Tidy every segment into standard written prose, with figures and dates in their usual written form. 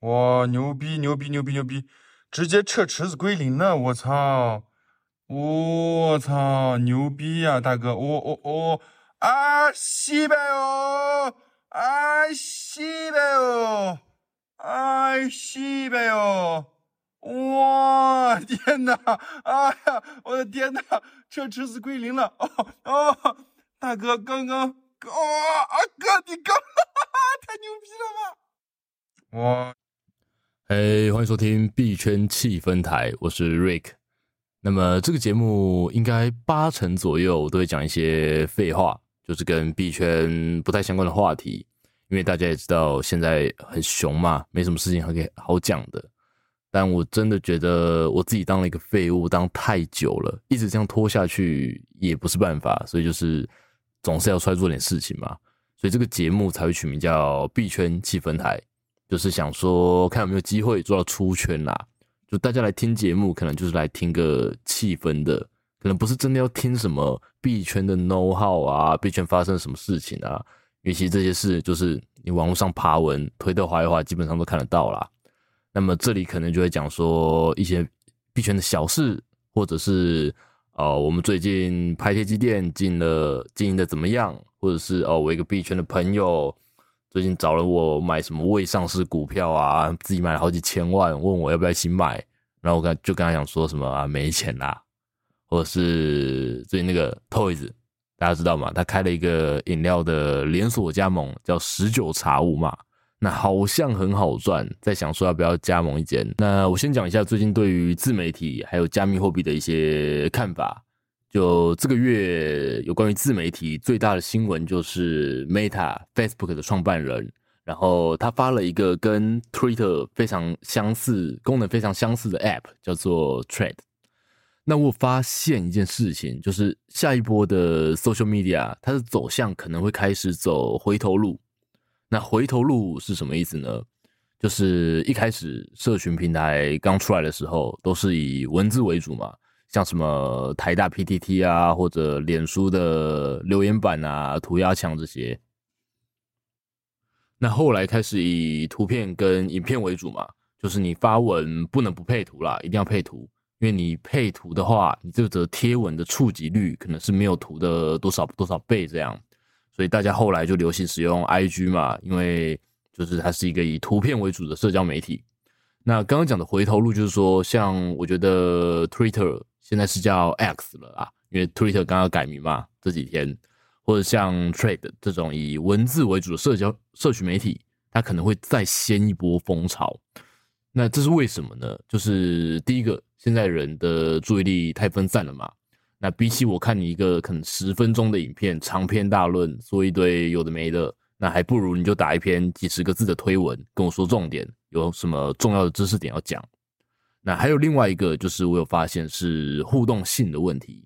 哇，牛逼牛逼牛逼牛逼，直接撤池子归零了，我操！我操，牛逼呀，大哥！啊，西北哦，啊，西北哦，啊，西北哦！哇，天哪！哎呀，我的天哪！撤池子归零了！大哥，刚刚，哥，你刚，太牛逼了吧！哇！ 嘿，欢迎收听币圈气氛台，我是 Rick。那么这个节目应该80%左右都会讲一些废话，就是跟币圈不太相关的话题。因为大家也知道现在很熊嘛，没什么事情好讲的。但我真的觉得我自己当了一个废物，当太久了，一直这样拖下去也不是办法，所以就是总是要出来做点事情嘛。所以这个节目才会取名叫币圈气氛台。就是想说看有没有机会做到出圈啦，就大家来听节目可能就是来听个气氛的，可能不是真的要听什么币圈的 know how 啊，币圈发生了什么事情啊，因为其实这些事就是你网络上爬文推特滑一滑基本上都看得到啦。那么这里可能就会讲说一些币圈的小事，或者是我们最近拍贴机店经营的怎么样，或者是我一个币圈的朋友最近找了我买什么未上市股票啊，自己买了好几千万，问我要不要一起买，然后我就跟他讲说什么啊没钱啦，或者是最近那个 Toys 大家知道吗？他开了一个饮料的连锁加盟叫19茶屋嘛，那好像很好赚，在想说要不要加盟一间。那我先讲一下最近对于自媒体还有加密货币的一些看法。就这个月有关于自媒体最大的新闻就是 Meta Facebook 的创办人，然后他发了一个跟 Twitter 非常相似、功能非常相似的 App， 叫做 Thread。那我发现一件事情，就是下一波的 Social Media 它的走向可能会开始走回头路。那回头路是什么意思呢？就是一开始社群平台刚出来的时候都是以文字为主嘛，像什么台大 PTT 啊，或者脸书的留言板啊、涂鸦墙这些。那后来开始以图片跟影片为主嘛，就是你发文不能不配图啦，一定要配图，因为你配图的话，你这则贴文的触及率可能是没有图的多少倍这样。所以大家后来就流行使用 IG 嘛，因为就是它是一个以图片为主的社交媒体。那刚刚讲的回头路就是说，像我觉得 Twitter 现在是叫 X 了啊，因为 Twitter 刚刚改名嘛，这几天，或者像 Thread 这种以文字为主的社群媒体，它可能会再掀一波风潮。那这是为什么呢？就是第一个，现在人的注意力太分散了嘛。那比起我看你一个可能10分钟的影片，长篇大论，说一堆有的没的，那还不如你就打一篇几十个字的推文，跟我说重点，有什么重要的知识点要讲。那还有另外一个，就是我有发现是互动性的问题。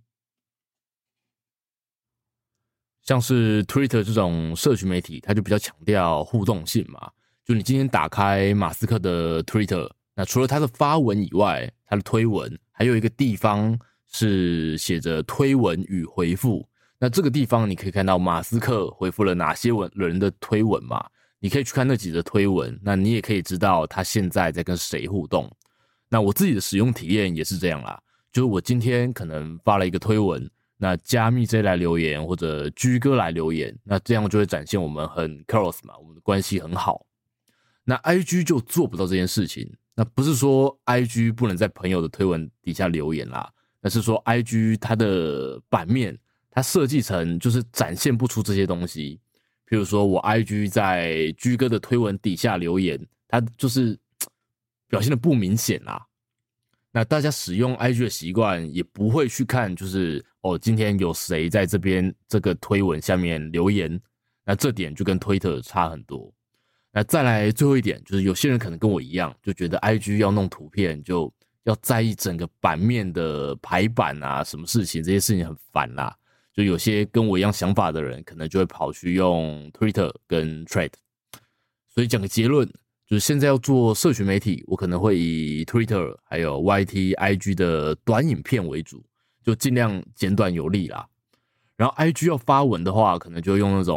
像是 Twitter 这种社群媒体，它就比较强调互动性嘛。就你今天打开马斯克的 Twitter， 那除了他的发文以外，他的推文还有一个地方是写着推文与回复。那这个地方你可以看到马斯克回复了哪些人的推文嘛？你可以去看那几则推文，那你也可以知道他现在在跟谁互动。那我自己的使用体验也是这样啦，就是我今天可能发了一个推文，那加密 J 来留言或者居哥来留言，那这样就会展现我们很 close 嘛，我们的关系很好。那 IG 就做不到这件事情。那不是说 IG 不能在朋友的推文底下留言啦，那是说 IG 它的版面它设计成就是展现不出这些东西。譬如说我 IG 在居哥的推文底下留言，它就是表现的不明显啦。那大家使用 IG 的习惯也不会去看，就是今天有谁在这边这个推文下面留言，那这点就跟 Twitter 差很多。那再来最后一点，就是有些人可能跟我一样，就觉得 IG 要弄图片就要在意整个版面的排版啊，什么事情这些事情很烦啦。就有些跟我一样想法的人，可能就会跑去用 Twitter 跟 Thread。所以讲个结论，就是现在要做社群媒体，我可能会以 Twitter 还有 YT、IG 的短影片为主，就尽量简短有力啦。然后 IG 要发文的话，可能就用那种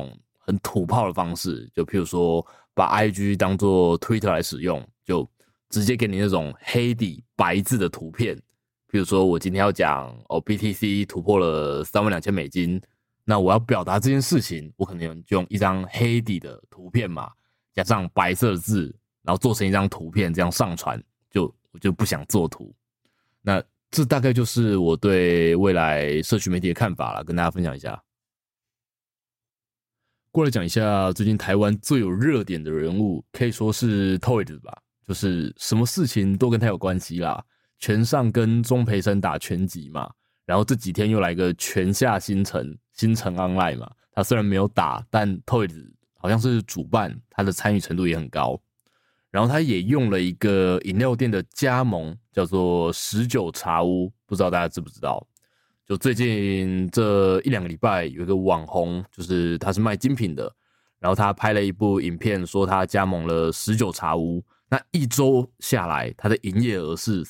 很土炮的方式，就譬如说把 IG 当做 Twitter 来使用，就直接给你那种黑底白字的图片。譬如说我今天要讲BTC 突破了32000美金，那我要表达这件事情，我可能就用一张黑底的图片嘛，加上白色的字，然后做成一张图片这样上传，我就不想做图。那这大概就是我对未来社群媒体的看法啦，跟大家分享一下。过来讲一下最近台湾最有热点的人物，可以说是 Toys 吧，就是什么事情都跟他有关系啦。拳上跟钟培生打拳击嘛，然后这几天又来个拳下星城 online 嘛，他虽然没有打，但 Toys 好像是主办，他的参与程度也很高。然后他也用了一个饮料店的加盟，叫做19茶屋，不知道大家知不知道？就最近这1-2个礼拜，有一个网红，就是他是卖精品的，然后他拍了一部影片，说他加盟了19茶屋。那一周下来，他的营业额是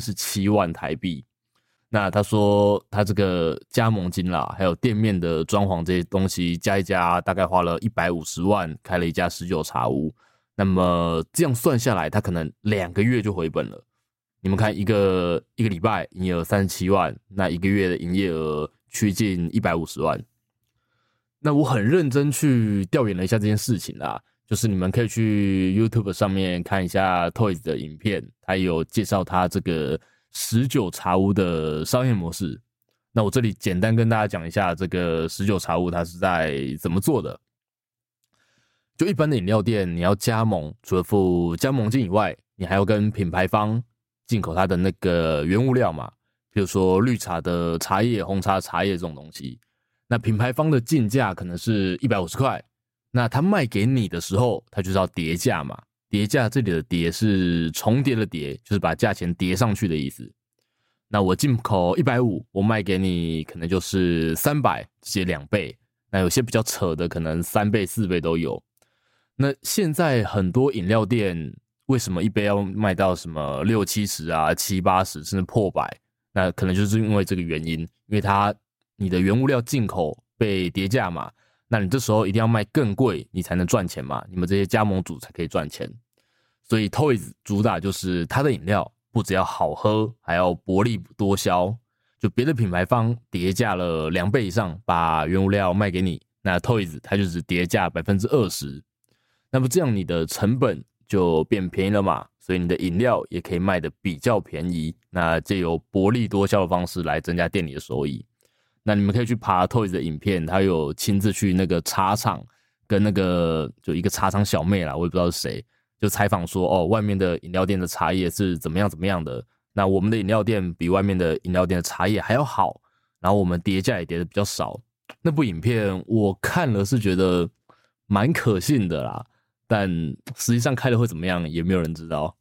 37万台币。那他说他这个加盟金啦，还有店面的装潢这些东西加一加，大概花了150万，开了一家19茶屋。那么这样算下来，他可能2个月就回本了。你们看，一个礼拜营业额37万，那1个月的营业额趋近150万。那我很认真去调研了一下这件事情啦，就是你们可以去 YouTube 上面看一下 Toys 的影片，他有介绍他这个19茶屋的商业模式。那我这里简单跟大家讲一下这个19茶屋它是在怎么做的。就一般的饮料店，你要加盟，除了付加盟金以外，你还要跟品牌方进口它的那个原物料嘛，比如说绿茶的茶叶、红茶茶叶这种东西。那品牌方的进价可能是150块，那他卖给你的时候，他就是要叠价嘛。叠价这里的叠是重叠的叠，就是把价钱叠上去的意思。那我进口150，我卖给你可能就是300，直接2倍。那有些比较扯的，可能3倍、4倍都有。那现在很多饮料店为什么一杯要卖到什么60-70啊、70-80甚至破百？那可能就是因为这个原因，因为你的原物料进口被跌价嘛，那你这时候一定要卖更贵，你才能赚钱嘛，你们这些加盟主才可以赚钱。所以 Toys 主打就是它的饮料不只要好喝，还要薄利多销。就别的品牌方跌价了2倍以上，把原物料卖给你，那 Toys 它就只跌价20%。那么这样你的成本就变便宜了嘛，所以你的饮料也可以卖得比较便宜，那借由薄利多销的方式来增加店里的收益。那你们可以去爬 Toys 的影片，他有亲自去那个茶厂，跟那个就一个茶厂小妹啦，我也不知道是谁，就采访说外面的饮料店的茶叶是怎么样的，那我们的饮料店比外面的饮料店的茶叶还要好，然后我们跌价也跌得比较少。那部影片我看了是觉得蛮可信的啦，但实际上开了会怎么样也没有人知道。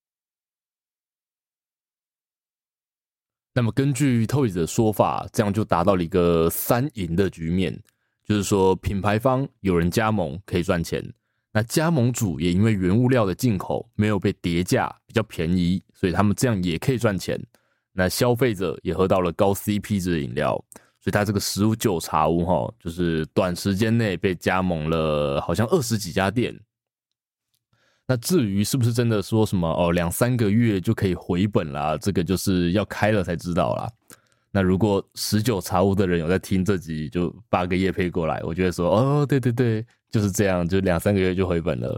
那么根据 Toys 的说法，这样就达到了一个3赢的局面，就是说品牌方有人加盟可以赚钱，那加盟主也因为原物料的进口没有被跌价，比较便宜，所以他们这样也可以赚钱。那消费者也喝到了高 CP 值的饮料，所以他这个19茶屋就是短时间内被加盟了好像20几家店。那至于是不是真的说什么2-3个月就可以回本啦，这个就是要开了才知道啦。那如果19茶屋的人有在听这集，就8个业配过来，我就会说对对对，就是这样，就2-3个月就回本了。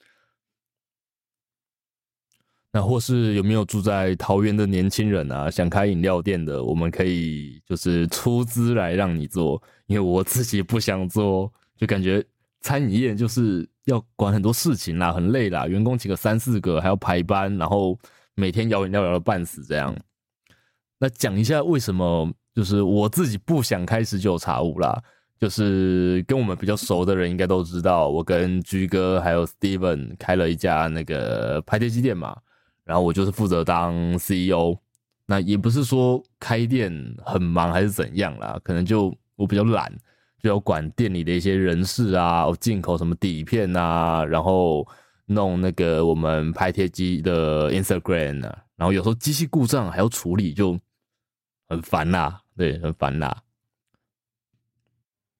那或是有没有住在桃园的年轻人啊，想开饮料店的，我们可以就是出资来让你做，因为我自己不想做，就感觉餐饮业就是要管很多事情啦，很累啦，员工请个3-4个还要排班，然后每天摇饮料摇到半死这样。那讲一下为什么就是我自己不想开19茶屋啦，就是跟我们比较熟的人应该都知道，我跟居哥还有 Steven 开了一家那个拍贴机店嘛，然后我就是负责当 CEO。 那也不是说开店很忙还是怎样啦，可能就我比较懒，就要管店里的一些人事啊，进口什么底片啊，然后弄那个我们拍贴机的 Instagram 啊，然后有时候机器故障还要处理，就很烦啦，对，很烦啦。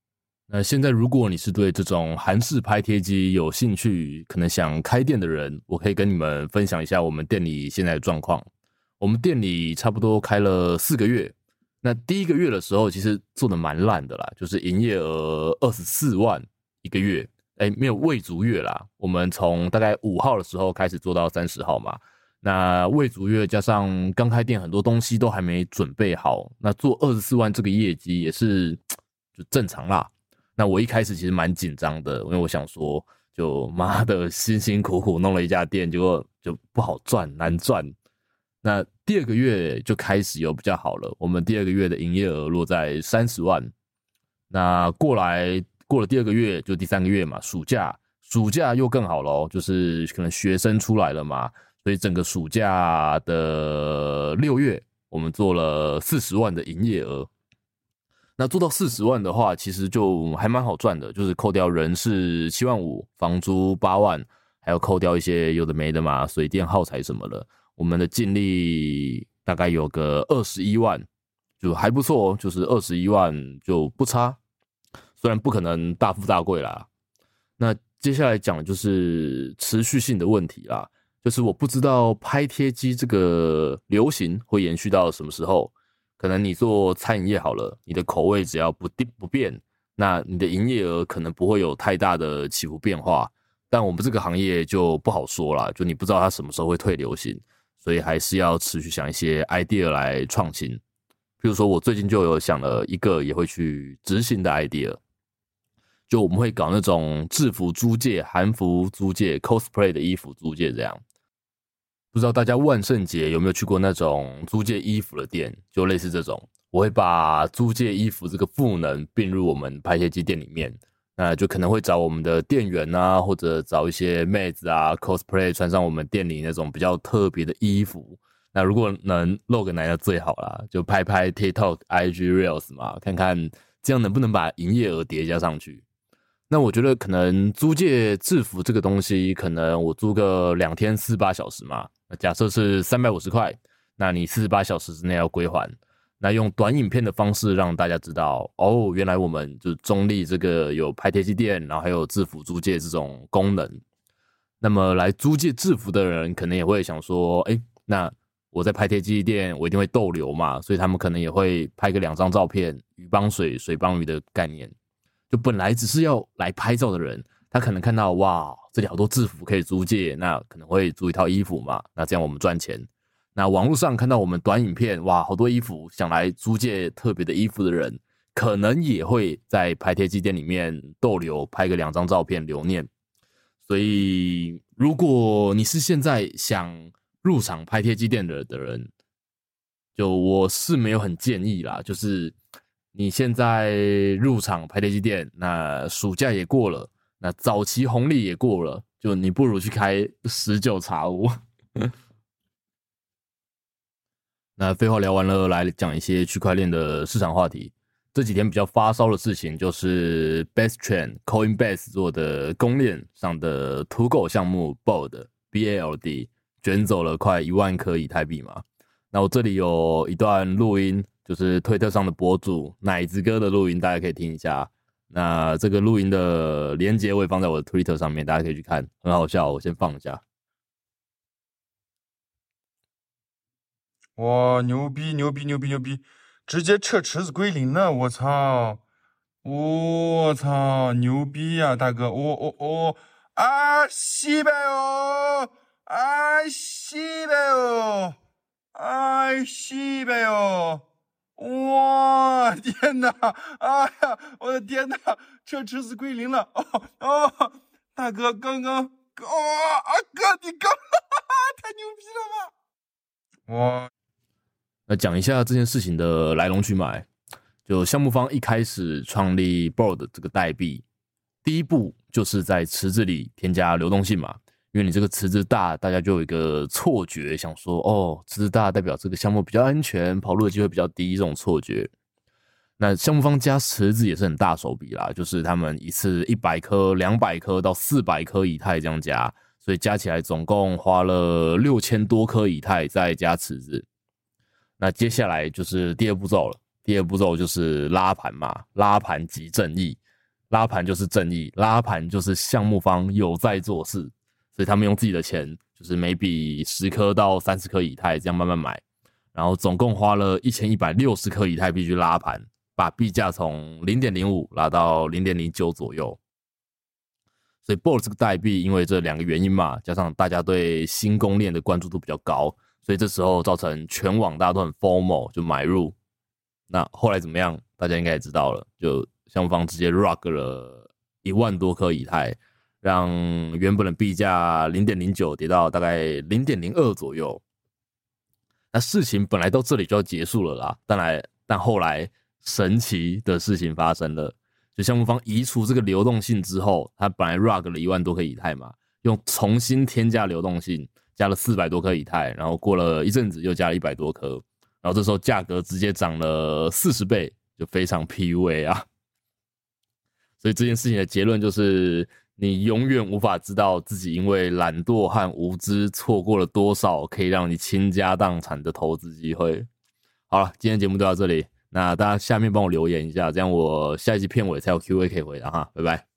那现在如果你是对这种韩式拍贴机有兴趣，可能想开店的人，我可以跟你们分享一下我们店里现在的状况。我们店里差不多开了4个月，那第1个月的时候其实做的蛮烂的啦，就是营业额24万1个月，没有未足月啦。我们从大概5号的时候开始做到30号嘛，那未足月加上刚开店很多东西都还没准备好，那做24万这个业绩也是就正常啦。那我一开始其实蛮紧张的，因为我想说，就妈的辛辛苦苦弄了一家店，结果就不好赚，难赚。那第2个月就开始有比较好了，我们第2个月的营业额落在30万。那过了第2个月，就第3个月嘛，暑假又更好咯，就是可能学生出来了嘛，所以整个暑假的6月，我们做了40万的营业额。那做到40万的话，其实就还蛮好赚的，就是扣掉人事7万5，房租8万，还有扣掉一些有的没的嘛，水电耗材什么的，我们的净利大概有个21万，就还不错哦，就是21万就不差，虽然不可能大富大贵啦。那接下来讲的就是持续性的问题啦，就是我不知道拍贴机这个流行会延续到什么时候。可能你做餐饮业好了，你的口味只要不变，那你的营业额可能不会有太大的起伏变化。但我们这个行业就不好说啦，就你不知道它什么时候会退流行，所以还是要持续想一些 idea 来创新。比如说我最近就有想了一个也会去执行的 idea， 就我们会搞那种制服租借、韩服租借、cosplay 的衣服租借这样。不知道大家万圣节有没有去过那种租借衣服的店，就类似这种，我会把租借衣服这个赋能并入我们拍贴机店里面，那就可能会找我们的店员啊，或者找一些妹子啊 cosplay 穿上我们店里那种比较特别的衣服，那如果能露个奶那最好啦，就拍拍 TikTok、IG Reels 嘛，看看这样能不能把营业额叠加上去。那我觉得可能租借制服这个东西，可能我租个2天48小时嘛，那假设是350块，那你48小时之内要归还。那用短影片的方式让大家知道，哦，原来我们就中立这个有拍贴机店，然后还有制服租借这种功能。那么来租借制服的人可能也会想说，那我在拍贴机店，我一定会逗留嘛，所以他们可能也会拍个2张照片，鱼帮水，水帮鱼的概念。就本来只是要来拍照的人，他可能看到哇，这里好多制服可以租借，那可能会租一套衣服嘛，那这样我们赚钱。那网络上看到我们短影片，哇，好多衣服，想来租借特别的衣服的人，可能也会在拍贴机店里面逗留，拍个2张照片留念。所以如果你是现在想入场拍贴机店的人，就我是没有很建议啦，就是你现在入场拍贴机店，那暑假也过了，那早期红利也过了，就你不如去开19茶屋。那废话聊完了，来讲一些区块链的市场话题。这几天比较发烧的事情就是 Bestchain、Coinbase 做的公链上的土狗项目 BALD 卷走了快1万颗以太币嘛。那我这里有一段录音，就是推特上的博主奶子哥的录音，大家可以听一下。那这个录音的连结我也放在我的推特上面，大家可以去看，很好笑，我先放一下。 哇，牛逼牛逼牛逼牛逼！直接撤池子归零了，我操！我操，牛逼呀、大哥！啊，西北哦，啊，西北哦，啊，西北哦！哇，天哪！哎呀，我的天哪！撤池子归零了！大哥，刚刚，哥，你刚，太牛逼了吧！哇！ 那讲一下这件事情的来龙去脉。就项目方一开始创立 BALD 这个代币，第一步就是在池子里添加流动性嘛，因为你这个池子大，大家就有一个错觉，想说哦，池子大代表这个项目比较安全，跑路的机会比较低，这种错觉。那项目方加池子也是很大手笔啦，就是他们一次100颗、200颗到400颗以太这样加，所以加起来总共花了6000多颗以太再加池子。那接下来就是第二步骤了，第二步骤就是拉盘嘛，拉盘即正义。 拉盘就是正义，拉盘就是项目方有在做事，所以他们用自己的钱，就是每笔10颗到30颗以太这样慢慢买，然后总共花了1160颗以太币去拉盘，把币价从 0.05 拉到 0.09 左右。所以 BOL 这个代币因为这2个原因嘛，加上大家对新公链的关注度比较高，所以这时候造成全网大家都很 FOMO 就买入。那后来怎么样？大家应该也知道了，就项目方直接 rug 了1万多颗以太，让原本的币价 0.09 跌到大概 0.02 左右。那事情本来到这里就要结束了啦，但后来神奇的事情发生了。就项目方移除这个流动性之后，他本来 rug 了1万多颗以太嘛，用重新添加流动性，加了400多颗以太，然后过了一阵子又加了100多颗，然后这时候价格直接涨了40倍，就非常 PUA 啊。所以这件事情的结论就是，你永远无法知道自己因为懒惰和无知错过了多少可以让你倾家荡产的投资机会。好了，今天节目就到这里。那大家下面帮我留言一下，这样我下一集片尾才有 Q&A 可以回答哈，拜拜。